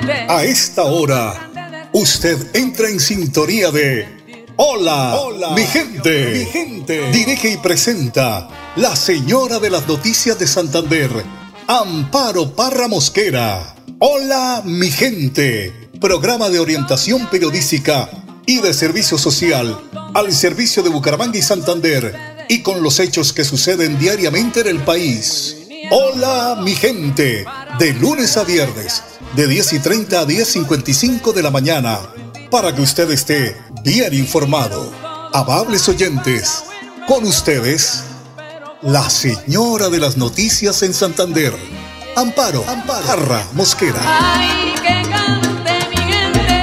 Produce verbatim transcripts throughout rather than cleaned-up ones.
A esta hora, usted entra en sintonía de Hola, Hola mi gente. mi gente. Dirige y presenta la señora de las noticias de Santander, Amparo Parra Mosquera. Hola, mi gente. Programa de orientación periodística y de servicio social al servicio de Bucaramanga y Santander y con los hechos que suceden diariamente en el país. Hola, mi gente. De lunes a viernes, de diez y treinta a diez cincuenta y cinco de la mañana, para que usted esté bien informado. Amables oyentes, con ustedes, la señora de las noticias en Santander, Amparo, Amparo Parra Mosquera. Ay, que cante mi gente,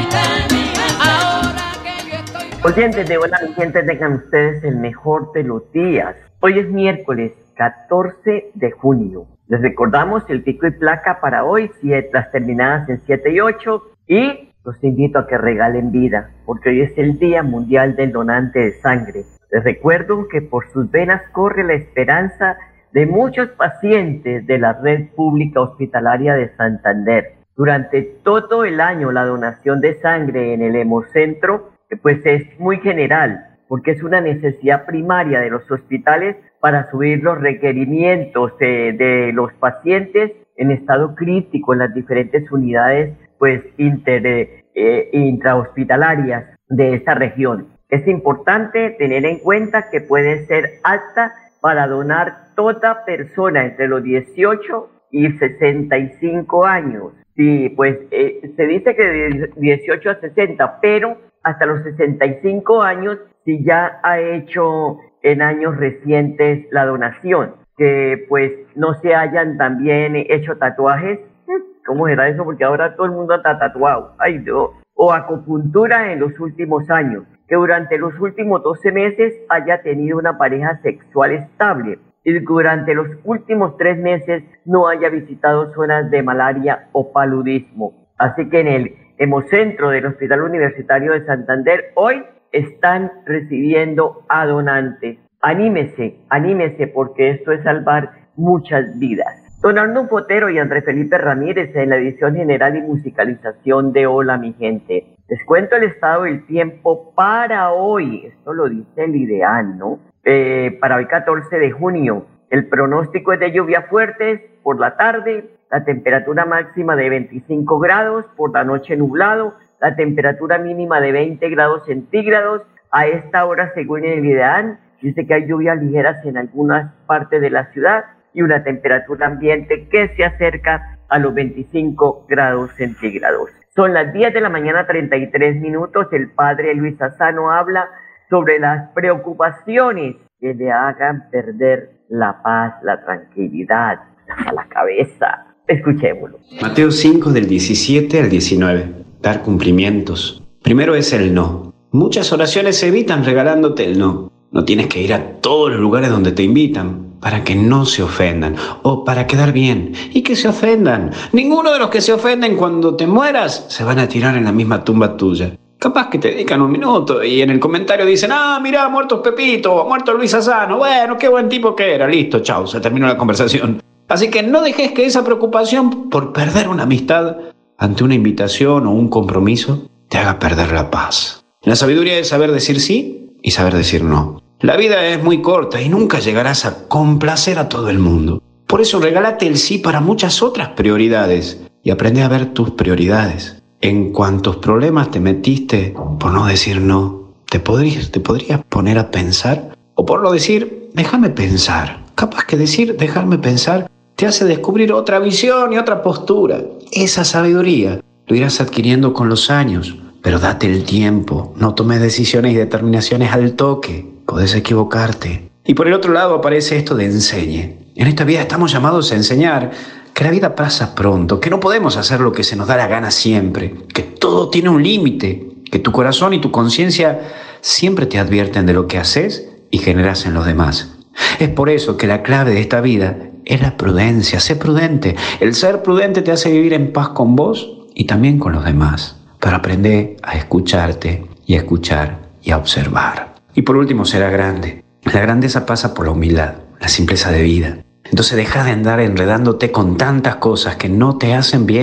ahora que yo estoy... Oyentes de Hola mi gente, tengan ustedes el mejor de los días. Hoy es miércoles catorce de junio. Les recordamos el pico y placa para hoy, las terminadas en siete y ocho, y los invito a que regalen vida, porque hoy es el Día Mundial del Donante de Sangre. Les recuerdo que por sus venas corre la esperanza de muchos pacientes de la red pública hospitalaria de Santander. Durante todo el año la donación de sangre en el hemocentro pues es muy general, porque es una necesidad primaria de los hospitales para subir los requerimientos de, de los pacientes en estado crítico en las diferentes unidades pues inter, eh, intrahospitalarias de esta región. Es importante tener en cuenta que puede ser apta para donar toda persona entre los dieciocho y sesenta y cinco años. Sí, pues eh, se dice que de dieciocho a sesenta, pero hasta los sesenta y cinco años si ya ha hecho en años recientes la donación, que pues no se hayan también hecho tatuajes. ¿Cómo será eso? Porque ahora todo el mundo está tatuado. Ay, no. O acupuntura en los últimos años, que durante los últimos doce meses haya tenido una pareja sexual estable y durante los últimos tres meses no haya visitado zonas de malaria o paludismo. Así que en el hemocentro del Hospital Universitario de Santander hoy están recibiendo a donantes. Anímese, anímese, porque esto es salvar muchas vidas. Don Arnulfo Otero y Andrés Felipe Ramírez en la edición general y musicalización de Hola mi gente. Les cuento el estado del tiempo para hoy. Esto lo dice el IDEAN, ¿no? Eh, para hoy catorce de junio. El pronóstico es de lluvias fuertes por la tarde, la temperatura máxima de veinticinco grados, por la noche nublado, la temperatura mínima de veinte grados centígrados. A esta hora, según el IDEAN, dice que hay lluvias ligeras en algunas partes de la ciudad y una temperatura ambiente que se acerca a los veinticinco grados centígrados. Son las diez de la mañana, treinta y tres minutos. El padre Luis Asano habla sobre las preocupaciones que le hagan perder la paz, la tranquilidad, a la cabeza. Escuchémoslo. Mateo cinco, del diecisiete al diecinueve. Dar cumplimientos. Primero es el no. Muchas oraciones se evitan regalándote el no. No tienes que ir a todos los lugares donde te invitan para que no se ofendan o para quedar bien y que se ofendan. Ninguno de los que se ofenden cuando te mueras se van a tirar en la misma tumba tuya. Capaz que te dedican un minuto y en el comentario dicen: ah, mirá, muerto Pepito, muerto Luis Asano, bueno, qué buen tipo que era, listo, chau, se terminó la conversación. Así que no dejes que esa preocupación por perder una amistad ante una invitación o un compromiso te haga perder la paz. La sabiduría es saber decir sí y saber decir no. La vida es muy corta y nunca llegarás a complacer a todo el mundo. Por eso regálate el sí para muchas otras prioridades y aprende a ver tus prioridades. En cuántos problemas te metiste por no decir no, ¿te podrías, te podrías poner a pensar? O por no decir, déjame pensar. Capaz que decir, déjame pensar, te hace descubrir otra visión y otra postura. Esa sabiduría lo irás adquiriendo con los años, pero date el tiempo. No tomes decisiones y determinaciones al toque. Podés equivocarte. Y por el otro lado aparece esto de enseñe. En esta vida estamos llamados a enseñar que la vida pasa pronto, que no podemos hacer lo que se nos da la gana siempre, que todo tiene un límite, que tu corazón y tu conciencia siempre te advierten de lo que haces y generas en los demás. Es por eso que la clave de esta vida es la prudencia. Sé prudente. El ser prudente te hace vivir en paz con vos y también con los demás, para aprender a escucharte y a escuchar y a observar. Y por último, será grande. La grandeza pasa por la humildad, la simpleza de vida. Entonces deja de andar enredándote con tantas cosas que no te hacen bien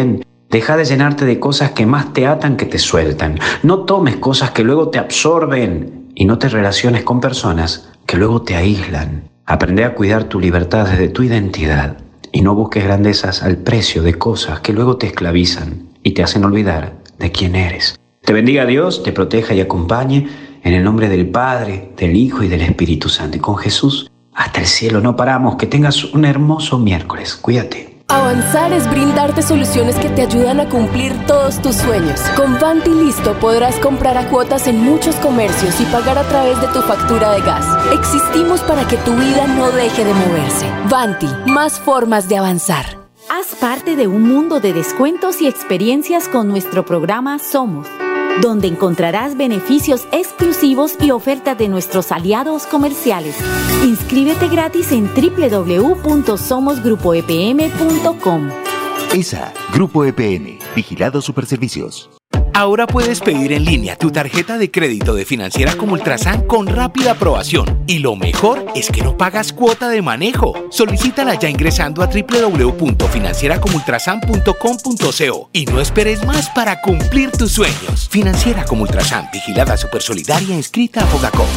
Deja de llenarte de cosas que más te atan que te sueltan. No tomes cosas que luego te absorben y no te relaciones con personas que luego te aíslan. Aprende a cuidar tu libertad desde tu identidad y no busques grandezas al precio de cosas que luego te esclavizan y te hacen olvidar de quién eres. Te bendiga Dios, te proteja y acompañe en el nombre del Padre, del Hijo y del Espíritu Santo. Y con Jesús hasta el cielo no paramos. Que tengas un hermoso miércoles. Cuídate. Avanzar es brindarte soluciones que te ayudan a cumplir todos tus sueños. Con Vanti Listo podrás comprar a cuotas en muchos comercios y pagar a través de tu factura de gas. Existimos para que tu vida no deje de moverse. Vanti, más formas de avanzar. Haz parte de un mundo de descuentos y experiencias con nuestro programa Somos, donde encontrarás beneficios exclusivos y ofertas de nuestros aliados comerciales. Inscríbete gratis en doble u doble u doble u punto somos grupo e p m punto com. E S A, Grupo E P M, Vigilado Superservicios. Ahora puedes pedir en línea tu tarjeta de crédito de Financiera como Ultrasan con rápida aprobación. Y lo mejor es que no pagas cuota de manejo. Solicítala ya ingresando a doble u doble u doble u punto financiera como ultrasan punto com punto co y no esperes más para cumplir tus sueños. Financiera como Ultrasan, vigilada Supersolidaria, inscrita a Fogacop.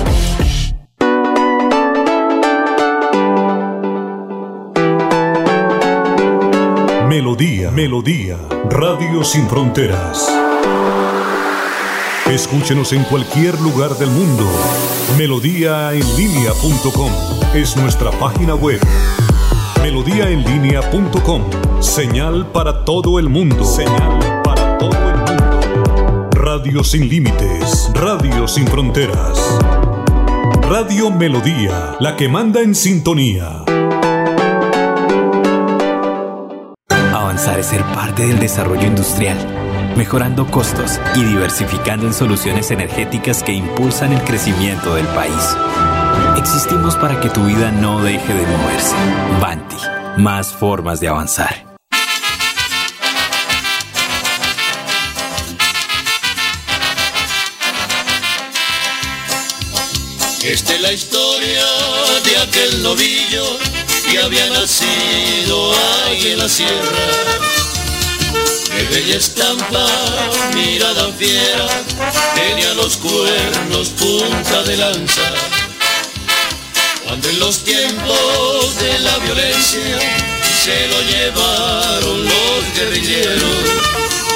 Melodía, Melodía, Radio Sin Fronteras. Escúchenos en cualquier lugar del mundo. melodía en línea punto com es nuestra página web. melodía en línea punto com, señal para todo el mundo. Señal para todo el mundo. Radio sin límites, Radio sin fronteras. Radio Melodía, la que manda en sintonía. Avanzar es ser parte del desarrollo industrial, mejorando costos y diversificando en soluciones energéticas que impulsan el crecimiento del país. Existimos para que tu vida no deje de moverse. Vanti, más formas de avanzar. Esta es la historia de aquel novillo que había nacido ahí en la sierra. Qué bella estampa, mirada fiera, tenía los cuernos punta de lanza. Cuando en los tiempos de la violencia se lo llevaron los guerrilleros.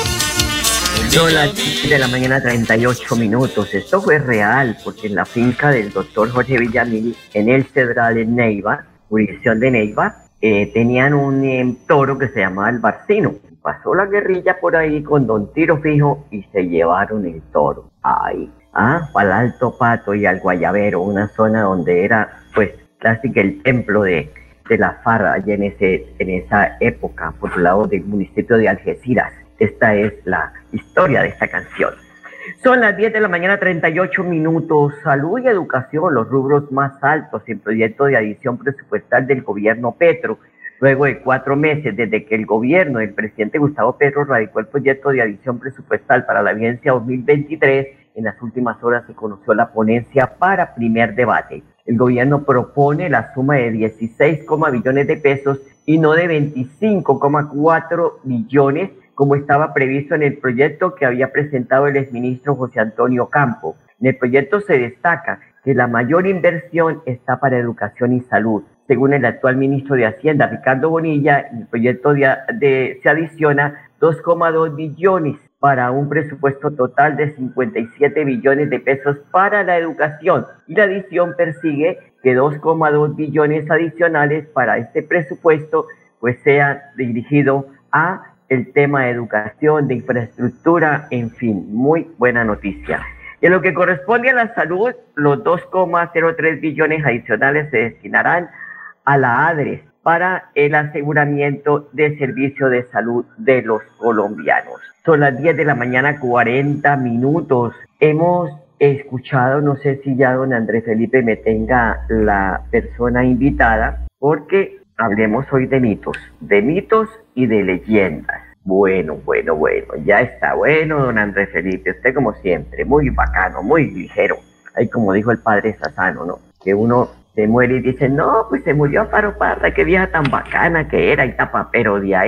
Son las siete de la mañana, treinta y ocho minutos. Esto fue real, porque en la finca del doctor Jorge Villamil, en el Cedral, en Neiva, jurisdicción de Neiva, eh, tenían un eh, toro que se llamaba el Barcino. Pasó la guerrilla por ahí con don Tiro Fijo y se llevaron el toro. Ay, ah, al Alto Pato y al Guayabero, una zona donde era, pues, casi que el templo de, de la farra, allá en, ese, en esa época, por el lado del municipio de Algeciras. Esta es la historia de esta canción. Son las diez de la mañana, treinta y ocho minutos. Salud y educación, los rubros más altos en proyecto de adición presupuestal del gobierno Petro. Luego de cuatro meses desde que el gobierno del presidente Gustavo Petro radicó el proyecto de adición presupuestal para la vigencia dos mil veintitrés, en las últimas horas se conoció la ponencia para primer debate. El gobierno propone la suma de dieciséis coma billones de pesos y no de veinticinco coma cuatro billones, como estaba previsto en el proyecto que había presentado el exministro José Antonio Campo. En el proyecto se destaca que la mayor inversión está para educación y salud. Según el actual ministro de Hacienda, Ricardo Bonilla, en el proyecto de, de, se adiciona dos coma dos billones para un presupuesto total de cincuenta y siete billones de pesos para la educación. Y la adición persigue que dos coma dos billones adicionales para este presupuesto pues sea dirigido a el tema de educación, de infraestructura, en fin, muy buena noticia. Y en lo que corresponde a la salud, los dos coma cero tres billones adicionales se destinarán a la ADRES para el aseguramiento de servicio de salud de los colombianos. Son las diez de la mañana, cuarenta minutos. Hemos escuchado, no sé si ya don Andrés Felipe me tenga la persona invitada, porque hablemos hoy de mitos, de mitos y de leyendas. Bueno, bueno, bueno, ya está bueno, don Andrés Felipe, usted como siempre, muy bacano, muy ligero. Ahí como dijo el padre Sassano, ¿no? Que uno se muere y dice, no, pues se murió Amparo Parra, qué vieja tan bacana que era y tapa, pero de ahí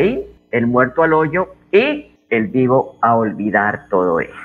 el muerto al hoyo y el vivo a olvidar todo eso.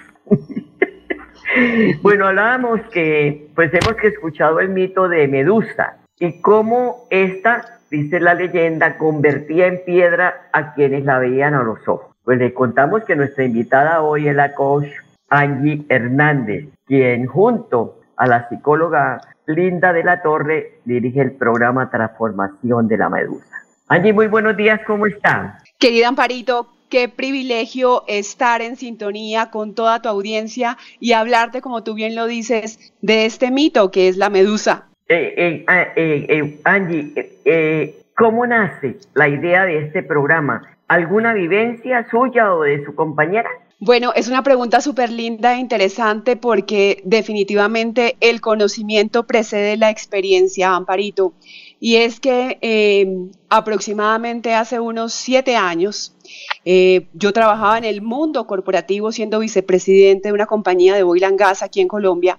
Bueno, hablábamos que, pues hemos que escuchado el mito de Medusa y cómo esta, dice la leyenda, convertía en piedra a quienes la veían a los ojos. Pues le contamos que nuestra invitada hoy es la coach Angie Hernández, quien junto a la psicóloga Linda de la Torre dirige el programa Transformación de la Medusa. Angie, muy buenos días, ¿cómo está? Querida Amparito, qué privilegio estar en sintonía con toda tu audiencia y hablarte, como tú bien lo dices, de este mito que es la medusa. Eh, eh, eh, eh, Angie, eh, eh, ¿cómo nace la idea de este programa? ¿Alguna vivencia suya o de su compañera? Bueno, es una pregunta súper linda e interesante porque definitivamente el conocimiento precede la experiencia, Amparito. Y es que eh, aproximadamente hace unos siete años eh, yo trabajaba en el mundo corporativo siendo vicepresidente de una compañía de oil and gas aquí en Colombia.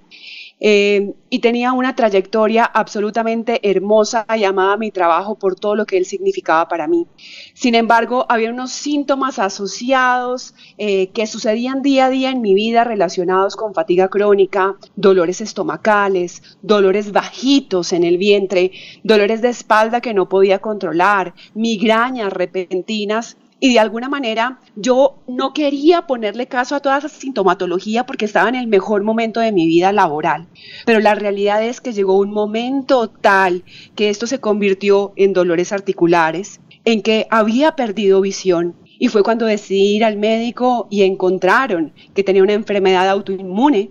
Eh, y tenía una trayectoria absolutamente hermosa y amaba mi trabajo por todo lo que él significaba para mí. Sin embargo, había unos síntomas asociados eh, que sucedían día a día en mi vida relacionados con fatiga crónica, dolores estomacales, dolores bajitos en el vientre, dolores de espalda que no podía controlar, migrañas repentinas. Y de alguna manera yo no quería ponerle caso a toda esa sintomatología porque estaba en el mejor momento de mi vida laboral. Pero la realidad es que llegó un momento tal que esto se convirtió en dolores articulares, en que había perdido visión. Y fue cuando decidí ir al médico y encontraron que tenía una enfermedad autoinmune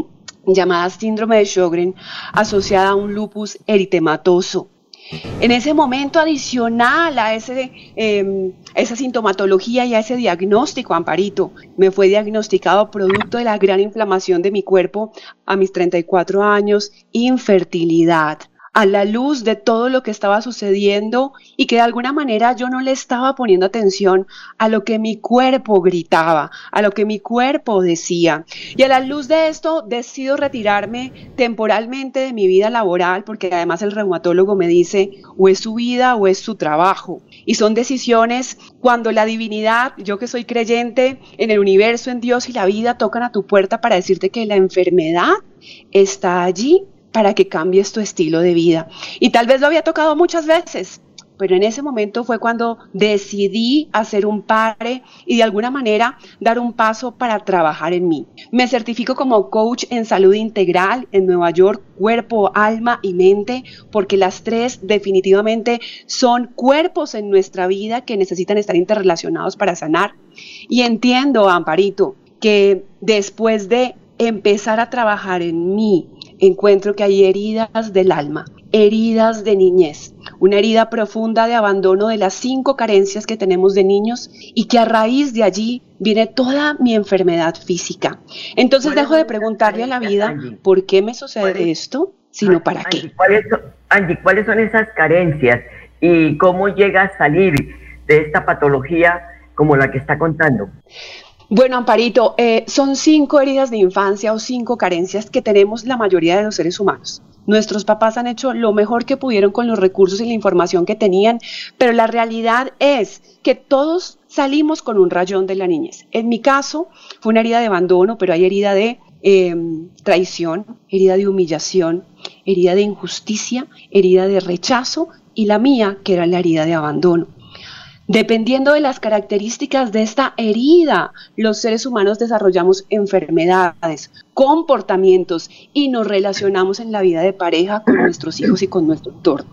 llamada síndrome de Sjögren asociada a un lupus eritematoso. En ese momento, adicional a ese, eh, esa sintomatología y a ese diagnóstico, Amparito, me fue diagnosticado producto de la gran inflamación de mi cuerpo a mis treinta y cuatro años, infertilidad. A la luz de todo lo que estaba sucediendo y que de alguna manera yo no le estaba poniendo atención a lo que mi cuerpo gritaba, a lo que mi cuerpo decía. Y a la luz de esto decido retirarme temporalmente de mi vida laboral porque además el reumatólogo me dice o es su vida o es su trabajo. Y son decisiones cuando la divinidad, yo que soy creyente en el universo, en Dios y la vida, tocan a tu puerta para decirte que la enfermedad está allí para que cambies tu estilo de vida. Y tal vez lo había tocado muchas veces, pero en ese momento fue cuando decidí hacer un pare y de alguna manera dar un paso para trabajar en mí. Me certifico como coach en salud integral en Nueva York, cuerpo, alma y mente, porque las tres definitivamente son cuerpos en nuestra vida que necesitan estar interrelacionados para sanar. Y entiendo, Amparito, que después de empezar a trabajar en mí, encuentro que hay heridas del alma, heridas de niñez, una herida profunda de abandono de las cinco carencias que tenemos de niños y que a raíz de allí viene toda mi enfermedad física. Entonces dejo de preguntarle a la vida por qué me sucede esto, sino para qué. ¿Cuáles son, Angie, ¿cuáles son esas carencias y cómo llega a salir de esta patología como la que está contando? Bueno, Amparito, eh, son cinco heridas de infancia o cinco carencias que tenemos la mayoría de los seres humanos. Nuestros papás han hecho lo mejor que pudieron con los recursos y la información que tenían, pero la realidad es que todos salimos con un rayón de la niñez. En mi caso, fue una herida de abandono, pero hay herida de eh, traición, herida de humillación, herida de injusticia, herida de rechazo y la mía, que era la herida de abandono. Dependiendo de las características de esta herida, los seres humanos desarrollamos enfermedades, comportamientos y nos relacionamos en la vida de pareja con nuestros hijos y con nuestro entorno.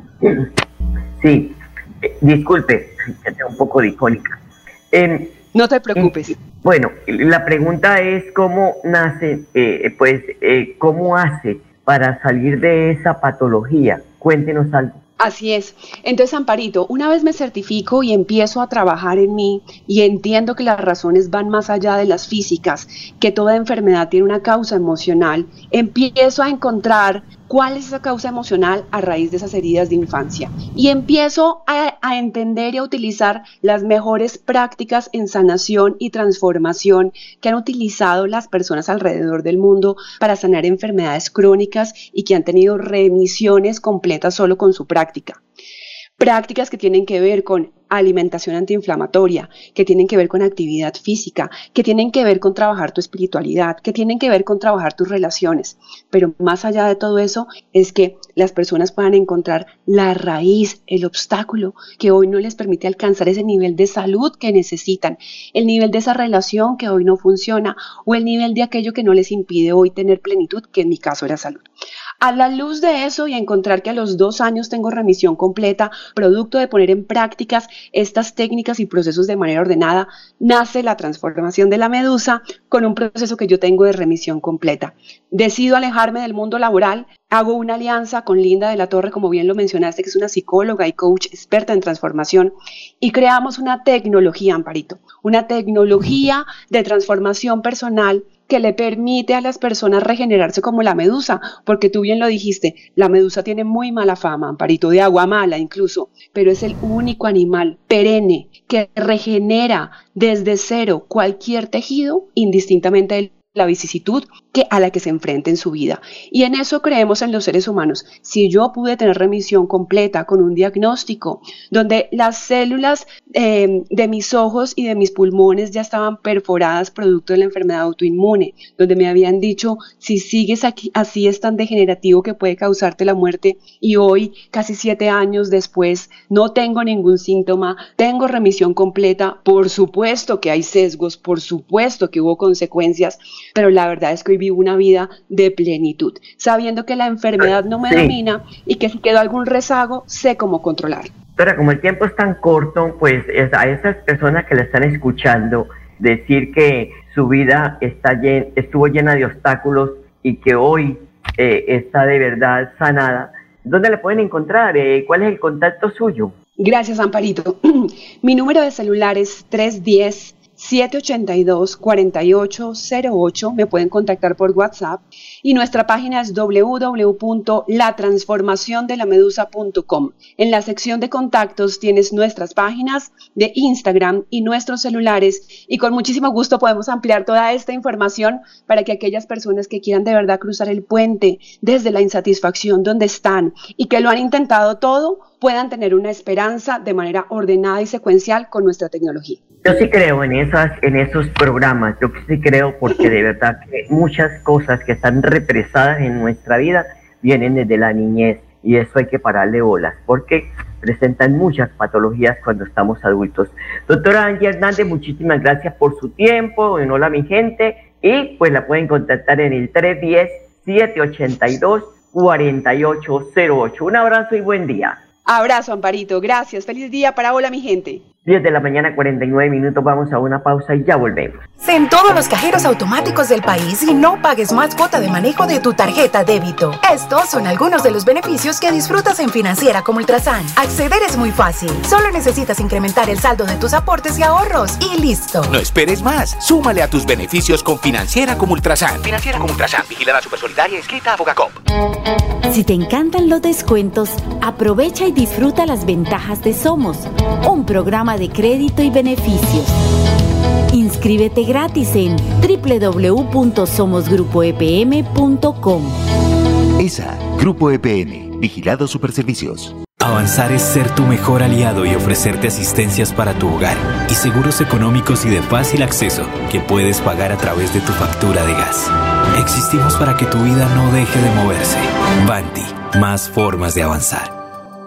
Sí, eh, disculpe, ya tengo un poco de icónica. Eh, no te preocupes. Eh, bueno, la pregunta es cómo nace, eh, pues, eh, cómo hace para salir de esa patología. Cuéntenos algo. Así es. Entonces, Amparito, una vez me certifico y empiezo a trabajar en mí y entiendo que las razones van más allá de las físicas, que toda enfermedad tiene una causa emocional, empiezo a encontrar cuál es esa causa emocional a raíz de esas heridas de infancia y empiezo a, a entender y a utilizar las mejores prácticas en sanación y transformación que han utilizado las personas alrededor del mundo para sanar enfermedades crónicas y que han tenido remisiones completas solo con su práctica. prácticas que tienen que ver con alimentación antiinflamatoria, que tienen que ver con actividad física, que tienen que ver con trabajar tu espiritualidad, que tienen que ver con trabajar tus relaciones. Pero más allá de todo eso es que las personas puedan encontrar la raíz, el obstáculo que hoy no les permite alcanzar ese nivel de salud que necesitan, el nivel de esa relación que hoy no funciona o el nivel de aquello que no les impide hoy tener plenitud, que en mi caso era salud. A la luz de eso y encontrar que a los dos años tengo remisión completa, producto de poner en prácticas estas técnicas y procesos de manera ordenada, nace la transformación de la medusa con un proceso que yo tengo de remisión completa. Decido alejarme del mundo laboral, hago una alianza con Linda de la Torre, como bien lo mencionaste, que es una psicóloga y coach experta en transformación, y creamos una tecnología, Amparito, una tecnología de transformación personal que le permite a las personas regenerarse como la medusa, porque tú bien lo dijiste, la medusa tiene muy mala fama, Amparito, de agua mala incluso, pero es el único animal perenne que regenera desde cero cualquier tejido, indistintamente del la vicisitud que a la que se enfrenta en su vida. Y en eso creemos en los seres humanos. Si yo pude tener remisión completa con un diagnóstico donde las células eh, de mis ojos y de mis pulmones ya estaban perforadas producto de la enfermedad autoinmune, donde me habían dicho, si sigues aquí, así es tan degenerativo que puede causarte la muerte, y hoy, casi siete años después, no tengo ningún síntoma, tengo remisión completa. Por supuesto que hay sesgos, por supuesto que hubo consecuencias, pero la verdad es que hoy vivo una vida de plenitud, sabiendo que la enfermedad no me sí. domina y que si quedó algún rezago, sé cómo controlar. Doctora, como el tiempo es tan corto, pues a esas personas que la están escuchando, decir que su vida está llen, estuvo llena de obstáculos y que hoy eh, está de verdad sanada, ¿dónde la pueden encontrar? Eh, ¿Cuál es el contacto suyo? Gracias, Amparito. Mi número de celular es tres uno cero, siete ocho dos, cuatro ocho cero ocho, me pueden contactar por WhatsApp, y nuestra página es doble u doble u doble u punto la transformación de la medusa punto com. En la sección de contactos tienes nuestras páginas de Instagram y nuestros celulares, y con muchísimo gusto podemos ampliar toda esta información para que aquellas personas que quieran de verdad cruzar el puente desde la insatisfacción donde están y que lo han intentado todo, puedan tener una esperanza de manera ordenada y secuencial con nuestra tecnología. Yo sí creo en esas, en esos programas, yo sí creo porque de verdad que muchas cosas que están represadas en nuestra vida vienen desde la niñez, y eso hay que pararle bolas porque presentan muchas patologías cuando estamos adultos. Doctora Angie Hernández, muchísimas gracias por su tiempo en Hola Mi Gente, y pues la pueden contactar en el tres uno cero, siete ocho dos, cuatro ocho cero ocho. Un abrazo y buen día. Abrazo, Amparito, gracias, feliz día para Hola Mi Gente. diez de la mañana, cuarenta y nueve minutos, vamos a una pausa y ya volvemos. En todos los cajeros automáticos del país y no pagues más cuota de manejo de tu tarjeta débito. Estos son algunos de los beneficios que disfrutas en Financiera como Ultrasan. Acceder es muy fácil, solo necesitas incrementar el saldo de tus aportes y ahorros y listo. No esperes más, súmale a tus beneficios con Financiera como Ultrasan. Financiera como Ultrasan, vigilada Supersolidaria, inscrita a Fogacop. Si te encantan los descuentos, aprovecha y disfruta las ventajas de Somos, un programa de crédito y beneficios. Inscríbete gratis en doble u doble u doble u punto somos grupo e p m punto com. E S A, Grupo E P N, Vigilado Superservicios. Avanzar es ser tu mejor aliado y ofrecerte asistencias para tu hogar y seguros económicos y de fácil acceso que puedes pagar a través de tu factura de gas. Existimos para que tu vida no deje de moverse. Vanti, más formas de avanzar.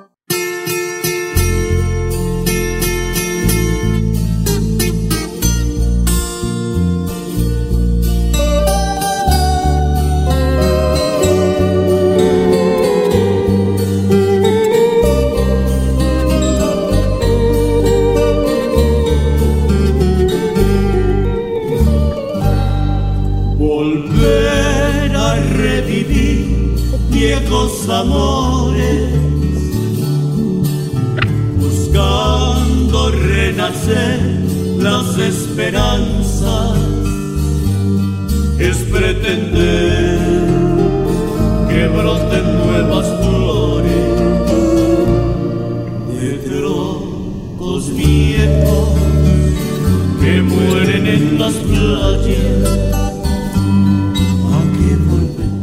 Amores, buscando renacer las esperanzas, es pretender que broten nuevas flores de troncos viejos que mueren en las playas.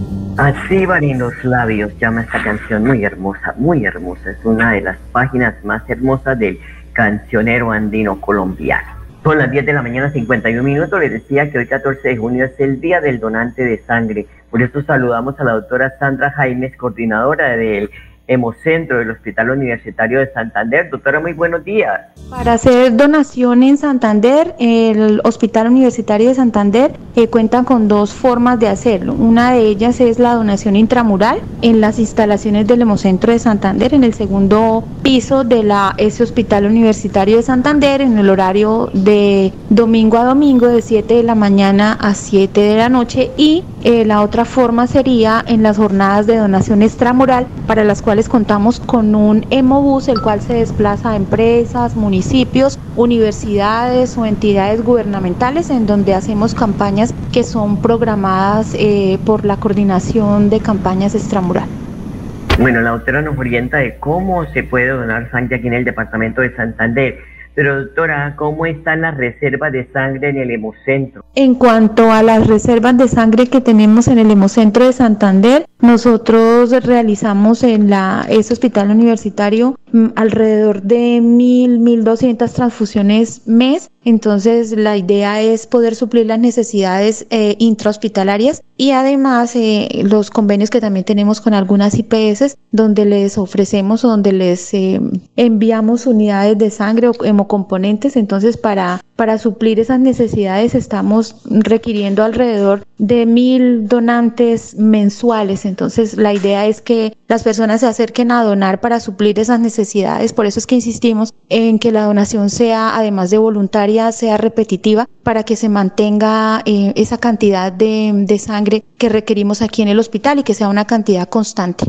Así van en los labios, llama esta canción muy hermosa, muy hermosa. Es una de las páginas más hermosas del cancionero andino colombiano. Son las diez de la mañana, cincuenta y un minutos. Les decía que hoy catorce de junio es el Día del Donante de Sangre. Por eso saludamos a la doctora Sandra Jaimes, coordinadora del Hemocentro del Hospital Universitario de Santander. Doctora, muy buenos días. Para hacer donación en Santander, el Hospital Universitario de Santander eh, cuenta con dos formas de hacerlo. Una de ellas es la donación intramural en las instalaciones del Hemocentro de Santander, en el segundo piso de la ese Hospital Universitario de Santander, en el horario de domingo a domingo de siete de la mañana a siete de la noche, y eh, la otra forma sería en las jornadas de donación extramural, para las cuales contamos con un hemobús, el cual se desplaza a empresas, municipios, universidades o entidades gubernamentales, en donde hacemos campañas que son programadas eh, por la Coordinación de Campañas Extramural. Bueno, la doctora nos orienta de cómo se puede donar sangre aquí en el departamento de Santander. Pero doctora, ¿cómo están las reservas de sangre en el Hemocentro? En cuanto a las reservas de sangre que tenemos en el Hemocentro de Santander, nosotros realizamos en la, ese hospital universitario alrededor de mil, mil doscientas transfusiones mes. Entonces la idea es poder suplir las necesidades eh, intrahospitalarias y además eh, los convenios que también tenemos con algunas I P S, donde les ofrecemos o donde les eh, enviamos unidades de sangre o hemocomponentes. Entonces para, para suplir esas necesidades estamos requiriendo alrededor de mil donantes mensuales. Entonces la idea es que las personas se acerquen a donar para suplir esas necesidades. Por eso es que insistimos en que la donación sea, además de voluntaria, sea repetitiva, para que se mantenga eh, esa cantidad de, de sangre que requerimos aquí en el hospital y que sea una cantidad constante.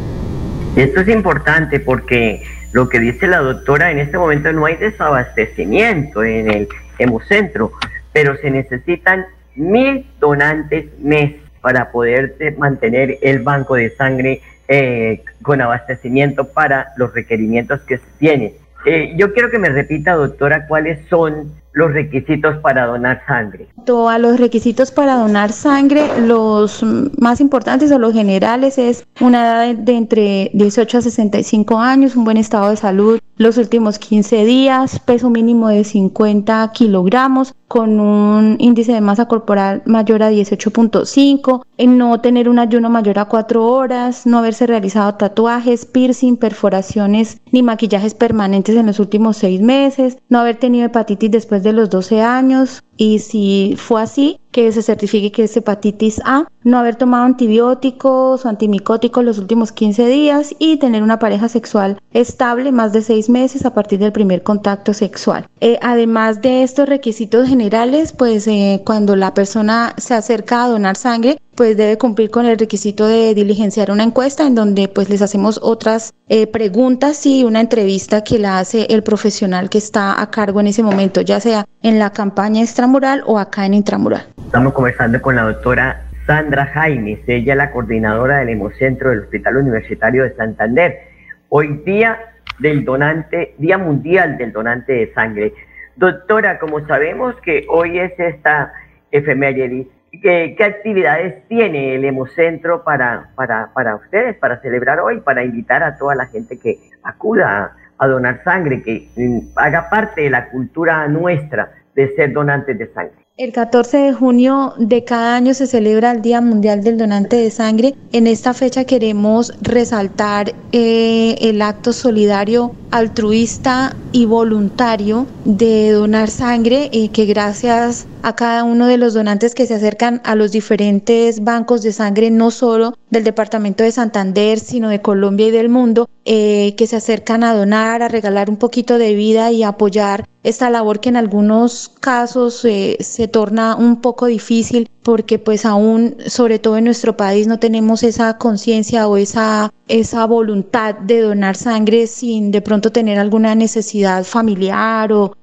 Esto es importante porque lo que dice la doctora, en este momento no hay desabastecimiento en el Hemocentro, pero se necesitan mil donantes mes para poder mantener el banco de sangre eh, con abastecimiento para los requerimientos que se tienen. Eh, yo quiero que me repita, doctora, cuáles son los requisitos para donar sangre. A los requisitos para donar sangre, los más importantes o los generales es una edad de, de entre dieciocho a sesenta y cinco años, un buen estado de salud los últimos quince días, peso mínimo de cincuenta kilogramos, con un índice de masa corporal mayor a dieciocho punto cinco, no tener un ayuno mayor a cuatro horas, no haberse realizado tatuajes, piercing, perforaciones ni maquillajes permanentes en los últimos seis meses, no haber tenido hepatitis después de los doce años, y si fue así, que se certifique que es hepatitis A, no haber tomado antibióticos o antimicóticos los últimos quince días y tener una pareja sexual estable más de seis meses a partir del primer contacto sexual. Eh, además de estos requisitos generales, pues eh, cuando la persona se acerca a donar sangre, pues debe cumplir con el requisito de diligenciar una encuesta en donde pues les hacemos otras eh, preguntas y una entrevista que la hace el profesional que está a cargo en ese momento, ya sea en la campaña extramural o acá en intramural. Estamos conversando con la doctora Sandra Jaimes, ella es la coordinadora del Hemocentro del Hospital Universitario de Santander. Hoy día del donante, Día Mundial del Donante de Sangre. Doctora, como sabemos que hoy es esta efeméride, ¿Qué, ¿Qué actividades tiene el Hemocentro para, para, para ustedes, para celebrar hoy, para invitar a toda la gente que acuda a, a donar sangre, que mm, haga parte de la cultura nuestra de ser donantes de sangre? El catorce de junio de cada año se celebra el Día Mundial del Donante de Sangre. En esta fecha queremos resaltar eh, el acto solidario, altruista y voluntario de donar sangre, y que gracias a cada uno de los donantes que se acercan a los diferentes bancos de sangre, no solo del departamento de Santander, sino de Colombia y del mundo, eh, que se acercan a donar, a regalar un poquito de vida y apoyar esta labor que en algunos casos eh, se torna un poco difícil porque pues aún, sobre todo en nuestro país, no tenemos esa conciencia o esa, esa voluntad de donar sangre sin de pronto tener alguna necesidad familiar o,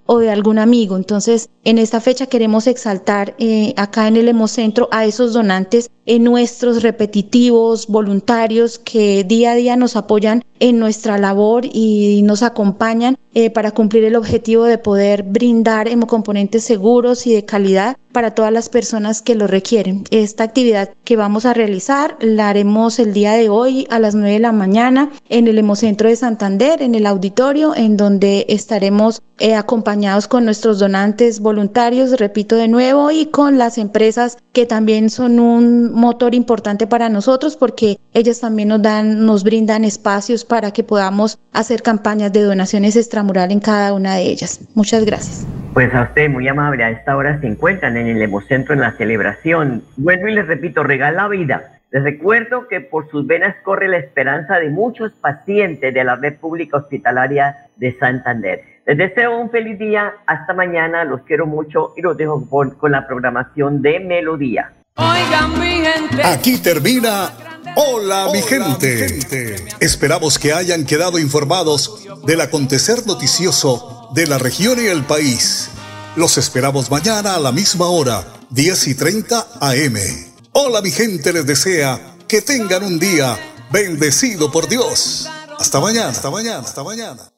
o de algún amigo. Entonces, en esta fecha queremos exaltar eh, acá en el Hemocentro a esos donantes, en nuestros repetitivos voluntarios que día a día nos apoyan en nuestra labor y nos acompañan eh, para cumplir el objetivo de poder brindar hemocomponentes seguros y de calidad para todas las personas que lo requieren. Esta actividad que vamos a realizar la haremos el día de hoy a las nueve de la mañana en el Hemocentro de Santander, en el auditorio, en donde estaremos eh, acompañados con nuestros donantes voluntarios, repito de nuevo, y con las empresas que también son un motor importante para nosotros, porque ellas también nos dan, nos brindan espacios para que podamos hacer campañas de donaciones extramural en cada una de ellas. Muchas gracias. Pues a usted, muy amable, a esta hora se encuentran en el Hemocentro en la celebración. Bueno, y les repito, regala vida. Les recuerdo que por sus venas corre la esperanza de muchos pacientes de la red pública hospitalaria de Santander. Les deseo un feliz día, hasta mañana, los quiero mucho y los dejo con, con la programación de Melodía. Oigan, mi gente. Aquí termina Hola, mi gente. gente. Esperamos que hayan quedado informados del acontecer noticioso de la región y el país. Los esperamos mañana a la misma hora, diez y treinta a eme. Hola, mi gente les desea que tengan un día bendecido por Dios. Hasta mañana, hasta mañana, hasta mañana.